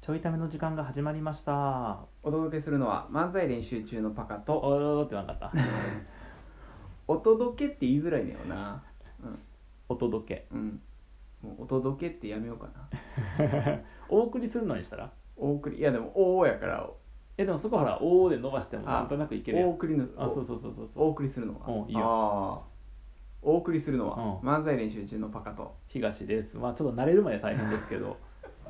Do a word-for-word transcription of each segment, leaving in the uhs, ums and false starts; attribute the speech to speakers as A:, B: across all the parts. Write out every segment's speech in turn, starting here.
A: ちょいための時間が始まりました。
B: お届けするのは漫才練習中のパカと
A: おろろってなかった
B: お届けって言いづらいねよな、うん、
A: お届け、
B: うん、もうお届けってやめようかな
A: お送りするのにしたら
B: お送り、いやでもおーやから
A: えでもそこほらおーで伸ばしてもなんとなくいけるやん。
B: お送りの
A: あそうそうそうそう
B: お送りするのは、
A: うん、いいよ。
B: あお送りするのは、
A: うん、
B: 漫才練習中のパカと
A: 東です。まあちょっと慣れるまで大変ですけど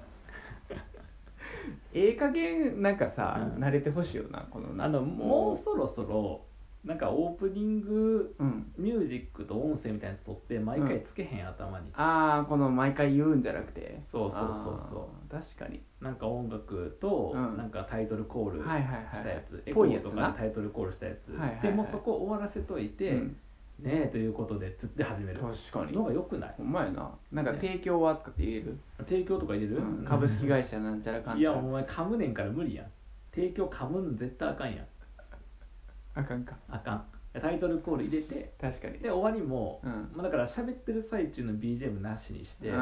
B: ええ加減なんかさ、
A: うん、
B: 慣れてほしいよなこの
A: あのもうそろそろなんかオープニング、うん、ミュージックと音声みたいなやつ撮って毎回つけへん、うん、頭に。
B: ああこの毎回言うんじゃなくて、
A: そうそうそうそう
B: 確かに
A: なんか音楽と、うん、なんかタイトルコールしたやつ、はいはいはい、エコーとかでタイトルコールしたやつ、はいはいはい、でもうそこ終わらせといて、うん、ねえということでつって始める。
B: 確かに
A: のがよくない？
B: ほんまやな。なんか提供はとかって入れる？
A: 提供とか入れる？
B: うん、株式会社なんちゃらかんちゃら。
A: いやお前噛むねんから無理やん。提供噛むの絶対あかんやん。
B: あかんか。
A: あかん。タイトルコール入れて、
B: 確かに。
A: で終わりも、うんまあ、だから喋ってる最中の ビージーエム なしにして、うん、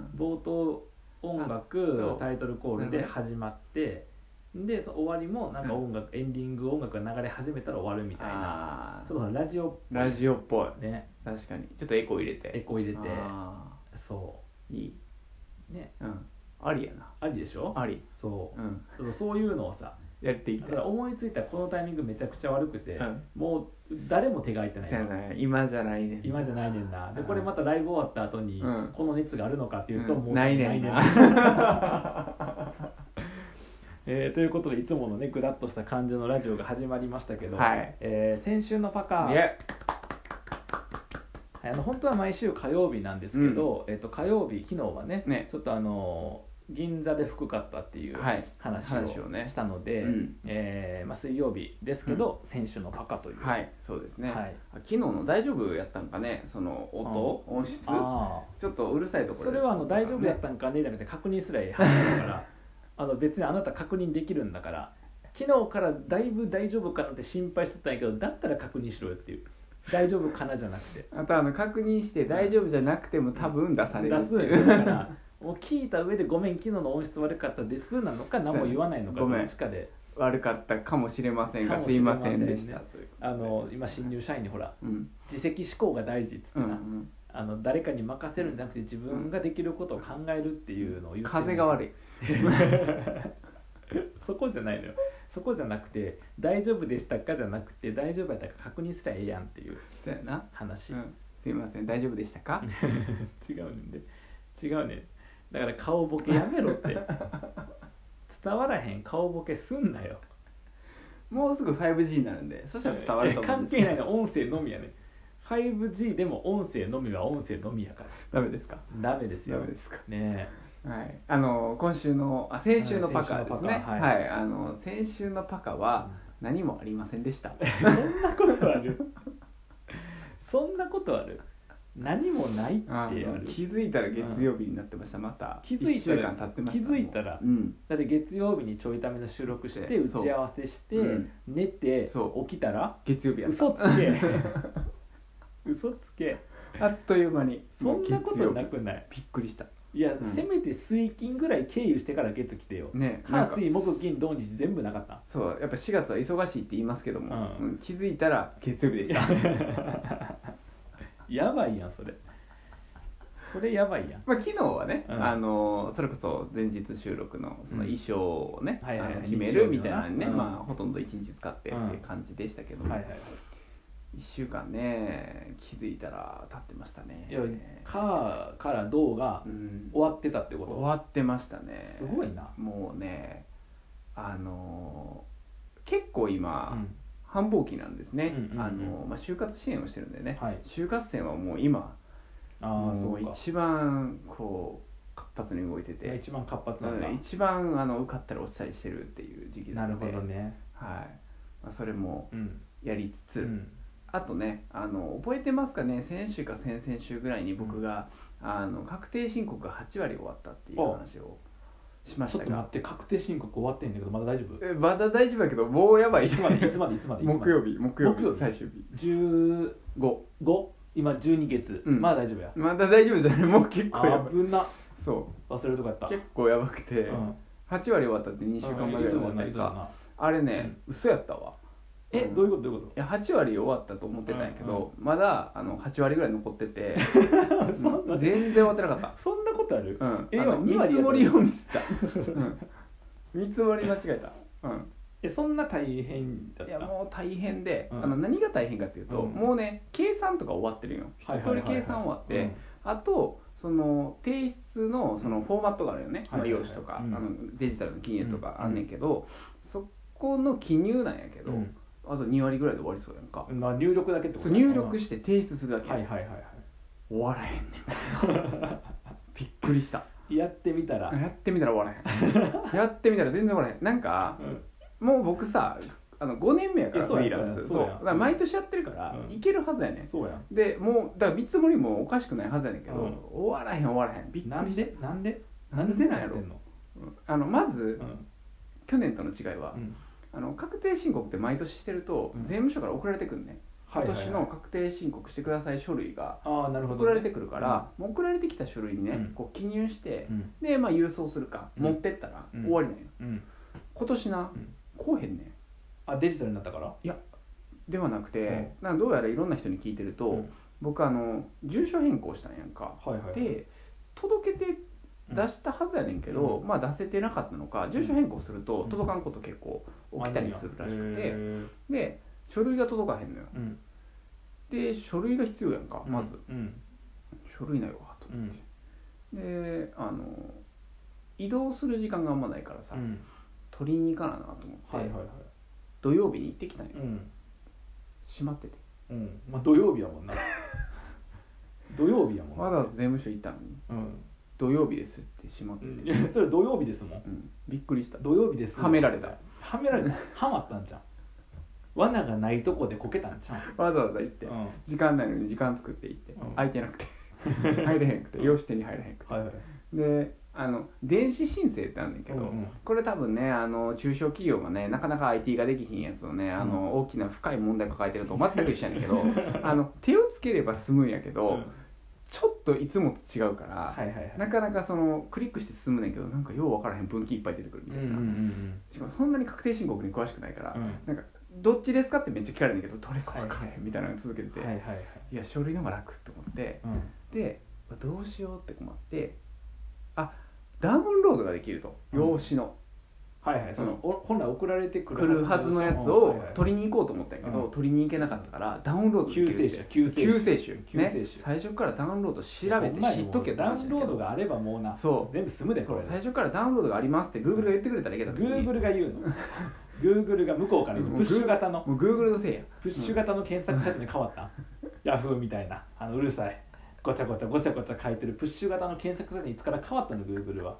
A: 冒頭音楽タイトルコールで始まって、でその終わりもなんか音楽、うん、エンディング音楽が流れ始めたら終わるみたいな。ちょっとラジオっぽい。
B: ラジオっぽい
A: ね。
B: 確かに。ちょっとエコー入れて。
A: エコー入れて。そう。
B: いい。
A: ね。
B: うん。ありやな。
A: ありでしょ？
B: あり。
A: そう。
B: うん。
A: ちょっとそういうのをさ。
B: やっていきたい。
A: だから思いついたらこのタイミングめちゃくちゃ悪くて、うん、もう誰も手が空いてない。
B: そうやな、今じゃないねん。
A: 今じゃないねんな。でこれまたライブ終わった後に、うん、この熱があるのかっていうと、うん、もう
B: ないねんな。
A: えー、ということでいつものねグラッとした感じのラジオが始まりましたけど、
B: はい
A: えー、先週のパカ、あの本当は毎週火曜日なんですけど、うんえー、と火曜日昨日は ね, ねちょっとあのー銀座で低かったっていう話をしたので、はいうんえーまあ、水曜日ですけど、うん、先週のパカという
B: はいそうですね、はい、昨日の大丈夫やったんかねその音、うん、音質あちょっとうるさいところ
A: でそれはあの大丈夫やったんかねじゃなくて確認すらいい話だからあの別にあなた確認できるんだから昨日からだいぶ大丈夫かなって心配してたんやけどだったら確認しろよっていう大丈夫かなじゃなくて
B: あとあの確認して大丈夫じゃなくても多分出される
A: 出すんだからもう聞いた上でごめん昨日の音質悪かったですなのか何も言わないのかどっちかで
B: 悪かったかもしれませんがすいませんでしたという、
A: あの今新入社員にほら、うん、自責思考が大事っつってな、うんうん、あの誰かに任せるんじゃなくて自分ができることを考えるっていうのを言って
B: 風が悪い
A: そこじゃないのよそこじゃなくて大丈夫でしたかじゃなくて大丈夫やったか確認すりゃええやんっていう話、
B: うん、すいません大丈夫でしたか
A: 違うねんで違うねんだから顔ボケやめろって伝わらへん顔ボケすんなよ
B: もうすぐ ファイブジー になるんでそしたら伝わると思うんです
A: 関係ないの音声のみやね ファイブジー でも音声のみは音声のみやから
B: ダメですか
A: ダメですよ
B: ダメですか
A: ね
B: えはい、あの今週のあ先週のパカですね、はい、はい、あの先週のパカは何もありませんでした
A: そんなことあるそんなことある何もないってある
B: 気づいたら月曜日になってました、うん、また
A: 気づいたらいっしゅうかん
B: 経ってました
A: 気づいたら、うん、だって月曜日にちょいための収録して打ち合わせして、うん、寝て起きたら
B: 月曜日やった
A: 嘘つけ嘘つけ
B: あっという間に
A: そんなことなくない？
B: びっくりした
A: いや、うん、せめて水金ぐらい経由してから月来てよ、ね、火水木金土日全部なかった。
B: そうやっぱしがつは忙しいって言いますけども、うんうん、気づいたら月曜日でした
A: やばいやんそれそれやばいやん、
B: まあ、昨日はね、うん、あのそれこそ前日収録 の, その衣装をね、うんはいはいはい、決めるみたいなのにね、うんまあ、ほとんどいちにち使ってっていう感じでしたけども、うんはいはいはいいっしゅうかんね気づいたら経ってましたね。
A: いやカーから銅が終わってたってこと、
B: うん、終わってましたね。
A: すごいな。
B: もうねあのー、結構今、うん、繁忙期なんですね、うんうんうんあのまあ、就活支援をしてるんでね、はい、就活生はもう今あもう一番こう活発に動いてて
A: 一番活発なんだ、
B: うん、一番あの受かったり落ちたりしてるっていう時期なので
A: なるほどね、
B: はいまあ、それもやりつつ、うんうんあとねあの覚えてますかね先週か先々週ぐらいに僕が、うん、あの確定申告がはちわり終わったっていう話をしましたが
A: ちょっと待って確定申告終わってんだけどまだ大丈夫
B: えまだ大丈夫だけどもうやばい
A: いつまでいつまでいつまで
B: 木曜日木曜日最終日
A: じゅうご今じゅうにげつ、うん、まだ大丈夫や
B: まだ大丈夫じゃないもう結構やばい
A: 危な
B: そう
A: 忘れるとこやった
B: 結構やばくて、うんはち割終わったってにしゅうかんまえぐらいで終わったりか、あれね、うん、嘘やったわ。
A: え、うん、どういうことどういうこと。
B: いやはち割終わったと思ってたんやけど、うんうん、まだあのはち割ぐらい残ってて全然終わってなかった。
A: そんなことある。
B: うん、え、今見積もりをミスった、うん、見積もり間違えた。うん、
A: え、そんな大変だった。
B: いやもう大変で、うん、あの何が大変かっていうと、うん、もうね計算とか終わってるよ。一通り計算終わって、あとその提出のそのフォーマットがあるよね、うん、まあ、用紙とか、うん、あのデジタルの記入とかあんねんけど、うん、そこの記入なんやけど、うん、あとに割ぐらいで終わりそうやんか。
A: まあ、入力だけってこと。
B: そう、入力して提出するだけ。
A: はいはいはいはい。
B: 終わらへんねんびっくりした。
A: やってみたら
B: やってみたら終わらへんやってみたら全然終わらへん。なんか、うん、もう僕さあのごねんめやからフリーランス。そうだから毎年やってるから、うん、いけるはずやねん。
A: そうや。
B: でもうだから見積もりもおかしくないはずやねんけど、うん、終わらへん終わらへん。びっくりして。
A: なんで
B: なんでなんやろ。あのまず、うん、去年との違いは、うん、あの確定申告って毎年してると、うん、税務署から送られてくるね。今年の確定申告してください書類が送られてくるから、もう送られてきた書類にね、こう記入して、でまあ郵送するか持ってったら終わりなんよ。今年なこうへんねん。
A: あ、デジタルになったから。
B: いやではなくて、なんかどうやらいろんな人に聞いてると、僕あの住所変更したんやんか。で届けて出したはずやねんけど、まあ出せてなかったのか、住所変更すると届かんこと結構起きたりするらしくて、で書類が届かへんのよ。で書類が必要やんか、まず、うん、書類ないわと思って、うん、であの移動する時間があんまないからさ、うん、取りに行かななと思って、はいはいはい、土曜日に行ってきたんよ、うん、閉まってて、
A: うん、まあ土曜日やもんな土曜日やもんな。
B: わざわざ税務署行ったのに、うん、土曜日ですって閉まってて、
A: いやそれ土曜日ですもん、
B: うん、びっくりした。
A: 土曜日です
B: はめられた
A: はめられたはまったんじゃん。罠がないとこでこけたんちゃう。
B: わざわざ行って、うん、時間ないのに時間作って行って、うん、空いてなくて入れへんくて、用紙手に入れへんくて、はいはい、であの電子申請ってあるんだけど、うんうん、これ多分ねあの中小企業がねなかなか アイティー ができひんやつをね、あの、うん、大きな深い問題抱えてると全く一緒やねんけどあの手をつければ済むんやけど、うん、ちょっといつもと違うから、はいはいはい、なかなかそのクリックして進むねんけど、なんかよう分からへん分岐いっぱい出てくるみたいな、うんうんうん、しかもそんなに確定申告に詳しくないから、うん、なんかどっちですかってめっちゃ聞かれるんだけど、どれか分からへんみたいなのが続けてて、はいはいはい、いや書類の方が楽と思って、うん、でどうしようって困って、あダウンロードができると、用紙の、
A: うん、はいはい、その本来送られてく
B: るはずのやつを取りに行こうと思ったんやけど、うん、取りに行けなかったからダウンロードできるって、
A: 救世主
B: 救世主、最初からダウンロード調べて知っとけって
A: ダウンロードがあればもうな、そう全部済むで。
B: そう最初からダウンロードがありますって Google が言ってくれたらいいけど、
A: Google が言うのGoogle が向こうから言うの。プッシュ型の
B: もう Google のせいや、
A: プッシュ型の検索サイトに変わったヤフーみたいなあのうるさいごちゃごちゃごちゃごちゃ書いてるプッシュ型の検索サイトにいつから変わったの Google は。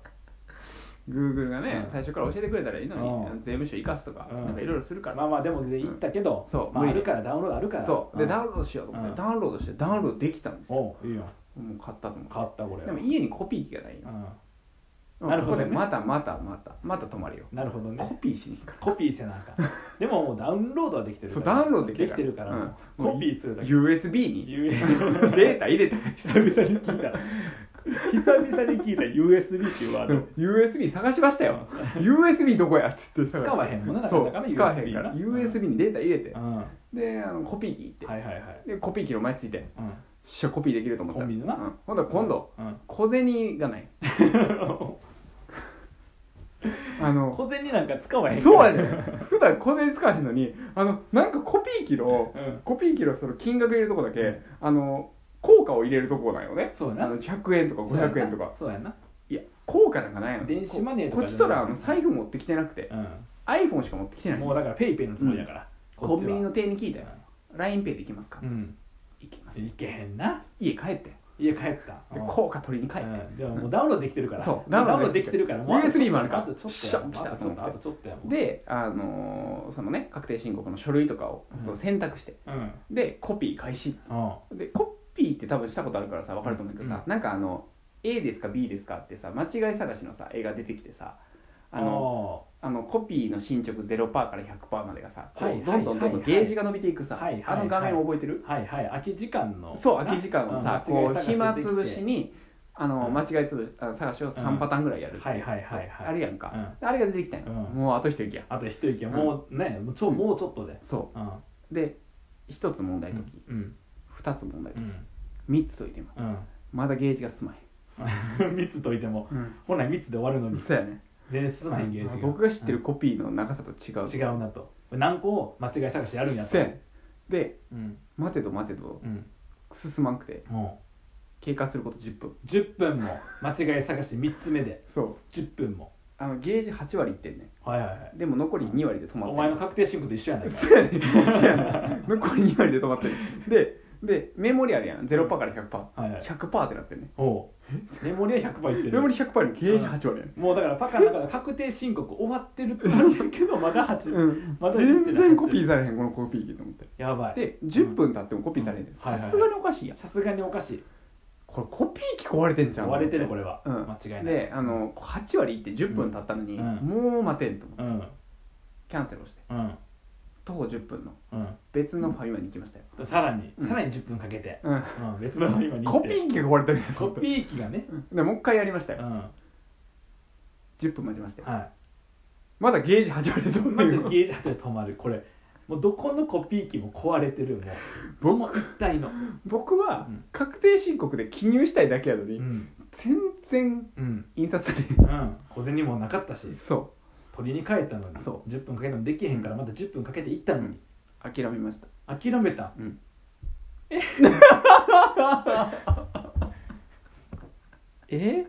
B: Google がね、うん、最初から教えてくれたらいいのに、うん、税務署生かすとか、うん、なんかいろいろするから、
A: まあまあでも言ったけど、うん、そう、まあ、あるからダウンロードあるから、
B: そうでダウンロードしようと思って、うん、ダウンロードしてダウンロードできたんですよ。
A: おいいよ、
B: もう買ったと思って。
A: 買ったこれ。
B: でも家にコピー機がないよ、うん、なるほど、ね、ここでまたまたまたまた止まるよ。
A: なるほどね。
B: コピーしに行くから
A: コピーせなあかんでももうダウンロードはできてるから、
B: そうダウンロードでき
A: てるから、うん、コピーするだけ
B: ユーエスビー にデータ入れて
A: 久々に聞いた久々に聞いた ユーエスビー っていうワード
B: ユーエスビー 探しましたよユーエスビー どこやっつって
A: 使わへんもんな。
B: そう使わへんから ユーエスビー にデータ入れて、うん、であのコピー機行って、はいはいはい、でコピー機の前ついて、うん、しゃコピーできると思ったら、
A: コンビニな、
B: うん、ほんと今度、うん、小銭がない
A: あの小銭なんか使わへん
B: そうやね普段小銭使わへんのに、あのなんかコピー機の、うん、コピー機のその金額入れるとこだけ、うん、あの効果を入れるとこなんよね。
A: そうやな。
B: あのひゃくえんとかごひゃくえんとか。
A: そうやな。
B: いや効果なんかないの。
A: 電子マネーとか
B: こっちとらあの財布持ってきてなくて、うん、iPhone しか持ってきてない。
A: もうだからペイペイのつもりだから、
B: うん、コンビニの店に聞いたよ、うん、ラインペイで行きますか、
A: うん、
B: 行けます。
A: 行けへんな。
B: 家帰って
A: 家帰った
B: で効果取りに帰って、
A: うん、でももうダウンロードできてるから
B: そう
A: ダウンロードできてるからもう
B: ユーエスビー もあるから
A: あとちょっとやもん、あとちょっとあとちょっとやもん
B: で、あのー、そのね確定申告の書類とかを選択して、うん、でコピー開始、うん、でコピーって多分したことあるからさ分かると思うけどさ、うん、なんかあの A ですか B ですかってさ間違い探しのさ絵が出てきてさ、あのあのコピーの進捗 ゼロパーセント から ひゃくパーセント までがさ、はい、どんどんどんどんゲージが伸びていくさ、はい、あの画面を覚えてる？
A: はいはい、空き時間の
B: そう空き時間をさ、こう暇つぶしにあの、うん、間違いつぶあの探しをさんパターンぐらいやる、うん、
A: はいはいはいはい
B: あるやんか、
A: うん、
B: あれが出てきたんや、うん、もうあと一息や
A: あと一息や、もうね、もうちょ、もうちょっとで
B: そう、うん、で一つ問題解き、うん、二つ問題解き、うん、三つ解いても、うん、まだゲージが進ま
A: へんみっつ解いても、うん、本来みっつで終わるのに
B: そうやね
A: 全然進まへんゲージが、
B: 僕が知ってるコピーの長さと違う、
A: 違うなと何個を間違い探しやるんやと
B: で、うん、待てど待てど、うん、進まんくて、もう経過することじゅっぷん
A: じゅっぷんも間違い探しみっつめで
B: そう
A: じゅっぷんも
B: あのゲージはち割いってんねん、
A: はいはいはい、
B: でも残りに割で止まってる、
A: お前の確定申告と一緒やないか
B: そうやねん残りに割で止まってるででメモリあるやん ゼロパーセント から ひゃくパーセント、はいはい、ひゃくパーセント ってなってんねん。お
A: メモリは ひゃくパーセント いってる
B: メモリ ひゃくパーセント のゲージはち割やね
A: ん、もうだからパカの中で確定申告終わってるつもりやけどまだはち、うん、まだ
B: 全然コピーされへんこのコピー機と思って
A: やばい
B: でじゅっぷん経ってもコピーされへんねん、さすがにおかしいやん、
A: さすがにおかしい、
B: これコピー機壊れてんじゃん、
A: 壊れてるこれは、うん、間違いない
B: であのはち割いってじゅっぷん経ったのに、うん、もう待てんと思って、うん、キャンセルをして、うん、徒歩じゅっぷんの、うん、別のファミマに行きましたよ、
A: うん、さらに、うん、さらにじゅっぷんかけて、うんうん、別のファミマに行って
B: コピー機が壊れてるやつ
A: コピー機がね、
B: でもう一回やりましたよ、うん、じゅっぷん待ちましたよ、
A: はい、
B: まだゲージはち割で止まる
A: まだゲージはち割で止まる、これもうどこのコピー機も壊れてる、もうその一体の
B: 僕は確定申告で記入したいだけやのに、うん、全然印刷されへん、
A: うん、小銭もなかったし、
B: そう
A: 取りに帰ったのにそうじゅっぷんかけてもできへんからまたじゅっぷんかけて行ったのに、
B: うん、諦めました。
A: 諦めた、うん、ええ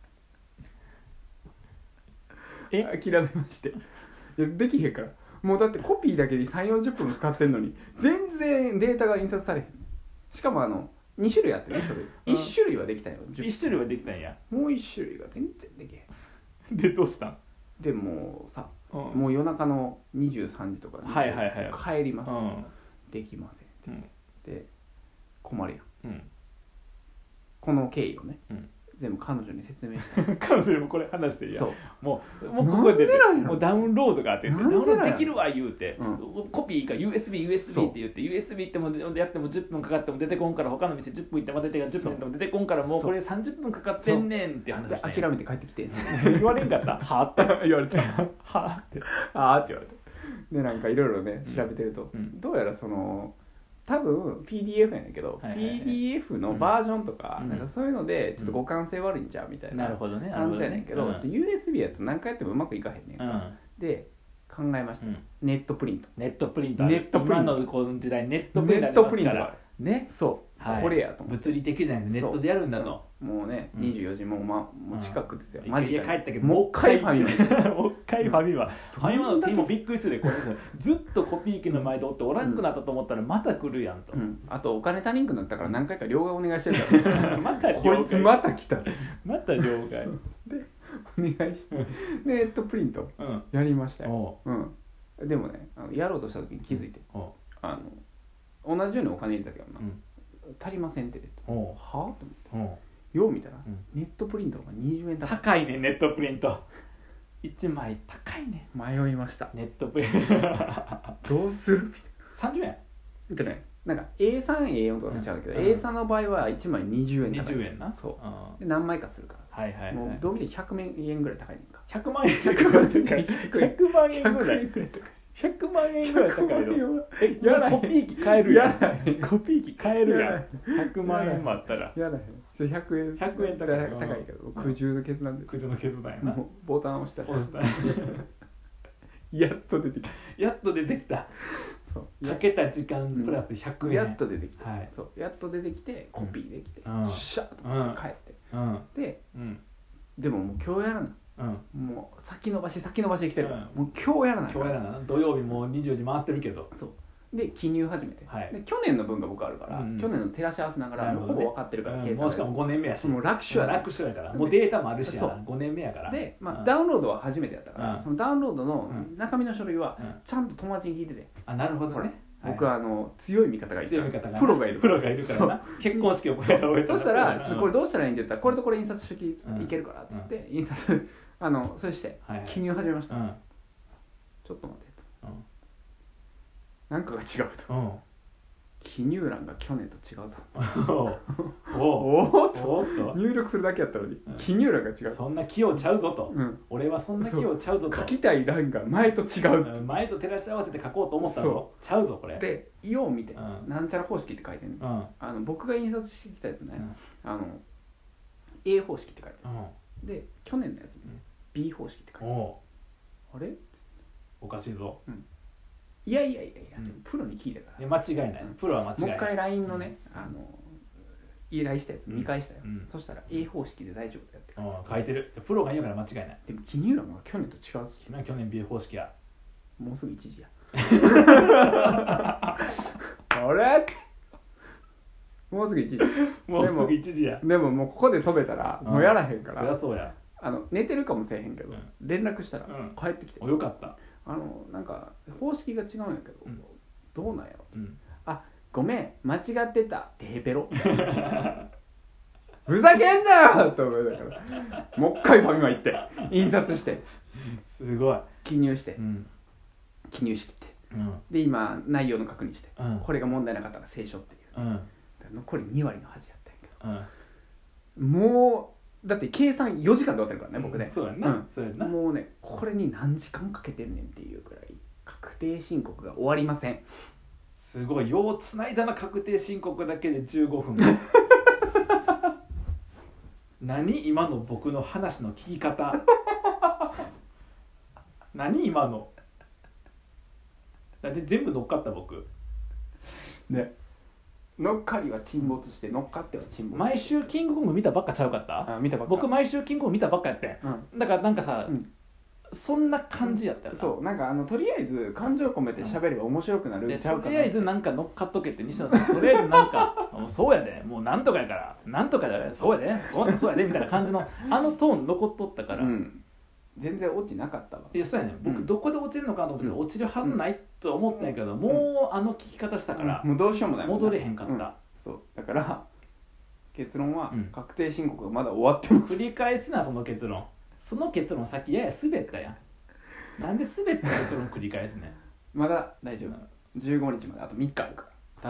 B: え諦めまして、いやできへんから、もうだってコピーだけにさんじゅうよんじゅっぷんも使ってんのに全然データが印刷されへん、しかもあのに種類あってね、書類いち種類はできたよ、
A: いち種類はできたんや、
B: もういち種類が全然できへ
A: んでどうしたん
B: でもうさ、うん、もう夜中のにじゅうさんじとかに、
A: はいはいはい、
B: 帰ります、うん、できませんって言って、うん、で困るやん、うん、この経緯をね、うん、全部彼女に説明した
A: 彼女にもこれ話していや、そうもうもうここでもうダウンロードがあって、ダウンロードできるわ言うて、うん、コピーか ユーエスビー ユーエスビー って言って ユーエスビー ってもやってもじゅっぷんかかっても出てこんから、他の店じゅっぷん行っても出てからじゅっぷん行っても出てこんから、もうこれさんじゅっぷんかかってんねんって話して
B: 諦めて帰ってきて
A: 言われんかったはって
B: 言われて
A: はって
B: はって言われて、でなんかいろいろね調べてると、うん、どうやらその多分 ピーディーエフ やねんけど、はいはいはい、ピーディーエフ のバージョンとか、うん、なんかそういうのでちょっと互換性悪いんちゃうみたいな感じやねんけど、うん、ユーエスビー やと何回やってもうまくいかへんねんか、うん、で考えました、うん、ネットプリント
A: ネットプリントネットプリント今のこの時代ネットプリントありますからね、
B: そう、はい、これやと思
A: って物理的じゃなくてネットでやるんだと、
B: もうね、うん、にじゅうよじもう、ま、もう近くですよ、
A: うん、マジで帰ったけど
B: もう一回ファミ
A: マもう一回ファミマファミマのティーもびっくりするで、これずっとコピー機の前でおっておらんくなったと思ったらまた来るやんと、うん、
B: あとお金足りんくなったから何回か両替お願いしてるから
A: また両
B: 替こいつまた来た
A: また両替
B: でお願いしてネットプリントやりましたよ、うんうん、でもねあのやろうとした時に気づいて、うん、あの同じようにお金入れたけどな、うん、足りませんって言って、はぁと思って、よう見たら、うん、ネットプリントがにじゅうえん高い
A: 高いね、ネットプリントいちまい高いね、
B: 迷いました、
A: ネットプリント
B: どうする
A: さんじゅうえん
B: みたいな、なんか エースリー、エーよん とかにしちゃうけど、うん、エースリー の場合はいちまいにじゅうえん高い、
A: にじゅうえんな、
B: そうで何枚かするからさ、はいはいはい、もうどう見てひゃくえんぐらい高いねんか、
A: ひゃくまんえんひゃくまんえん高いひゃくまんえんぐらいひゃくまんえんぐらい高いの。え、やらコピー機買えるやん。コピー機買えるやん。ひゃくまんえんもあったら。
B: やらへん。それひゃくえん。
A: ひゃくえん高い。
B: 高いけど、苦渋の決断で。
A: 苦渋の決断やな。
B: ボタン押したら。
A: 押した。
B: やっと出てきた。
A: やっと出てきた。そう。かけた時間プラスひゃくえん。
B: やっと出てきた。はい。そう。やっと出てきて、コピーできて、シャッと帰って。で、でももう今日やらな。うん、もう先延ばし先延ばしで来てるから、うん、もう今日やらない
A: 今日やらない土曜日もうにじゅうじ回ってるけど、
B: そうで記入始めて、はい、で去年の分が僕あるから、うん、去年の照らし合わせながら、ね、ほぼ分かってるから、
A: うん、もうしかもごねんめやし
B: もう楽勝や
A: 楽勝やからもうデータもあるしやごねんめやから
B: で、まあうん、ダウンロードは初めてやったから、うん、そのダウンロードの中身の書類はちゃんと友達に聞いてて、
A: うん、あなるほどね
B: 僕はあの強い味方がいる
A: 強い味方が
B: プロがいる
A: プロがいるからな結婚式をこれ
B: そしたらちょっとこれどうしたらいいんって言ったらこれとこれ印刷しときいけるからっつって印刷あのそして記入始めました、はいはい、ちょっと待ってと、うん、なんかが違うと、うん、 記入欄が去年と違うぞ
A: おお
B: おっと入力するだけやったのに、うん、記入欄が違う、
A: そんな器用ちゃうぞと、うん、俺はそんな器用ちゃうぞと、
B: 書きたい欄が前と違う、
A: 前と照らし合わせて書こうと思ったのちゃうぞこれ
B: でよう見て、うん、なんちゃら方式って書いてる、うん、あの僕が印刷してきたやつね、うん、あの A 方式って書いてる、うん、で去年のやつね、うん、B 方式って書いてる、あれ
A: おかしいぞ、うん、
B: いやいやいやいや、うん、プロに聞いたから、
A: いや間違いない、うん、プロは間違いない。
B: もう一回 ライン のね、うん、あの依頼したやつ見返したよ、うん、そしたら A 方式で大丈夫だよって、
A: うん、書いてる。プロが言うから間違いない。
B: でも記入欄が去年と違うし、
A: 去年 B 方式や、
B: もうすぐいちじやあれもうすぐいちじ
A: もうすぐいちじや。
B: でももうここで飛べたらもうやらへんから、
A: そりゃそうや、
B: あの寝てるかもしれへんけど、うん、連絡したら帰ってきて、
A: うん、よかった。
B: あのなんか方式が違うんやけど、うん、どうなんやろ、うん、あごめん間違ってたテーペロふざけんなよと思いながらもう一回ファミマ行って印刷して
A: すごい
B: 記入して、うん、記入しきって、うん、で今内容の確認して、うん、これが問題なかったら清書っていう、うん、残りに割のはずやったんやけど、うん、もうだって計算よじかんで終わってるからね僕ね、
A: うん、そうやな、うん、そうやな。
B: もうねこれに何時間かけてんねんっていうくらい確定申告が終わりません。
A: すごいようつないだな、確定申告だけでじゅうごふん何今の僕の話の聞き方何今のだって全部乗っかった僕
B: ね、乗っかりは沈没して乗っかっては沈没。
A: 毎週キングコング見たばっかちゃうかった？
B: あ見たばっか。
A: 僕毎週キングコング見たばっかやって、うん、だからなんかさ、うん、そんな感じやったよな、
B: うん、そうなんかあのとりあえず感情込めて喋れば面白くなるんちゃうかな。
A: とりあえずなんか乗っかっとけって西野さんとりあえずなんかもうそうやでもうなんとかやからなんとかやでそうやでそうやでそうやでみたいな感じのあのトーン残っとったから、うん、
B: 全然落ちなかったわ。
A: いやそうやね、僕どこで落ちるのかなと思って、うん、落ちるはずないと思ったんやけど、うん、もうあの聞き方したから、
B: うん、もうどうしようもない
A: 戻れへんかった、うん、
B: そうだから結論は確定申告がまだ終わってます、
A: うん、繰り返すなその結論。その結論さっきやや滑ったやん。なんで滑った結論繰り返すね
B: まだ大丈夫、うん、じゅうごにちまであとみっかあるから。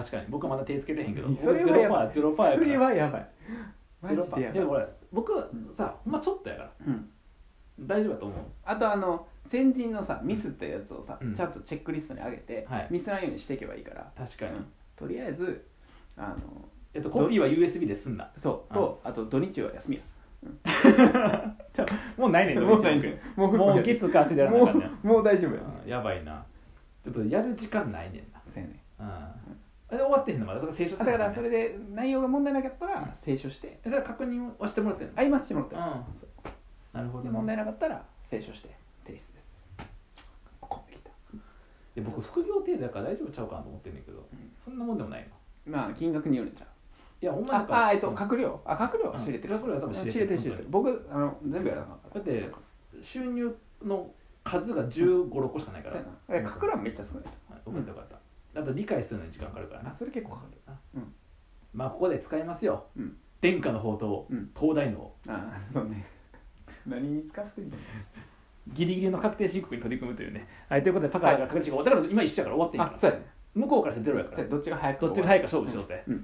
A: 確かに僕はまだ手つけてへんけど
B: それはやばい、
A: ゼロパーセント
B: それはやばい
A: マジでやばい。いや俺僕さほんまちょっとやから、うん、大丈夫だと思う。
B: あとあの先人のさミスったやつをさ、うん、ちゃんとチェックリストに上げて、はい、ミスないようにしていけばいいから。
A: 確かに、うん、
B: とりあえずあの、
A: えっと、コピーは ユーエスビー で済んだ。
B: そうと、あと土日は休みや、うん、
A: もうないねん
B: もうないねんもう
A: もう月火水でやらなかったね
B: もう大丈夫や、
A: うん、やばいな。ちょっとやる時間ないねんな。
B: そうやね、
A: うん、あれ終わってへんのまだ。それ清書、
B: だからそれで内容が問題なかったら清書して、
A: それは確認はしてもらってんの？
B: あ、今してもらってる、うん、
A: なるほど、ね、
B: 問題なかったら清書して提出です。ここまで来た。
A: いや僕副業程度だから大丈夫ちゃうかなと思ってんねんけど、うん、そんなもんでもない
B: の。まあ金額によるんちゃう。
A: いやほんまに
B: ああえっと閣僚あ閣僚は知れてる、
A: 閣僚は多分知れ
B: てる知れてる。僕あの全部やらなかった。
A: だって収入の数がじゅうご、ろっこしかないから。
B: 閣僚めっちゃ少ないと。
A: よかったよかった。あと理解するのに時間かかるからね。
B: あそれ結構かかるな。うん。
A: まあここで使いますよ。うん。天下の宝刀、うん、東大の。
B: ああそうね。何に使ってんの？
A: ギリギリの確定申告に取り組むというね。はい、ということでパカが確定申告、だから今一緒やから終わっていいから。
B: あそうやね。
A: 向こうからしてゼロやから。
B: どっちが早く
A: どっちが早いか勝負しようぜ。うん。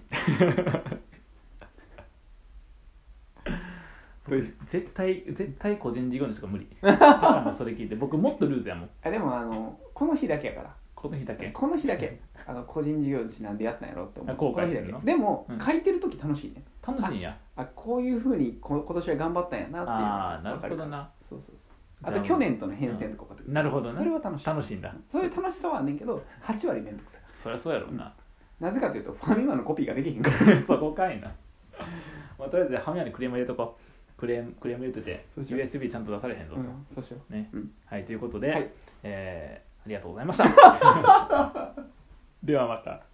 A: 絶対絶対個人事業主が無理それ聞いて僕もっとルーズやもん。
B: あでもあのこの日だけやから。
A: この日だけ
B: この日だけあの個人事業主なんでやったんやろって思う。
A: 後悔するの。
B: でも、うん、書いてる時楽しいね。
A: 楽しいんや。
B: あこういうふうにこ今年は頑張ったんやなっていうのが分かる。
A: ああなるほどな。
B: そうそうそう。あと去年との変遷とか分かってくる。
A: なるほどな。
B: それは楽しい。
A: 楽しいんだ。
B: そういう楽しさはあんねんけどはち割めんどくさい。
A: そりゃそうやろうな、
B: うん。なぜかというとファミマのコピーができへんから
A: そこかいな。まあ、とりあえずファミマにクレーム入れとこう。クレームクレーム入れてて ユーエスビー ちゃんと出されへんぞと、うん、
B: そうしよ
A: うね、
B: うん、
A: はいということで、はい、えー、ありがとうございましたではまた。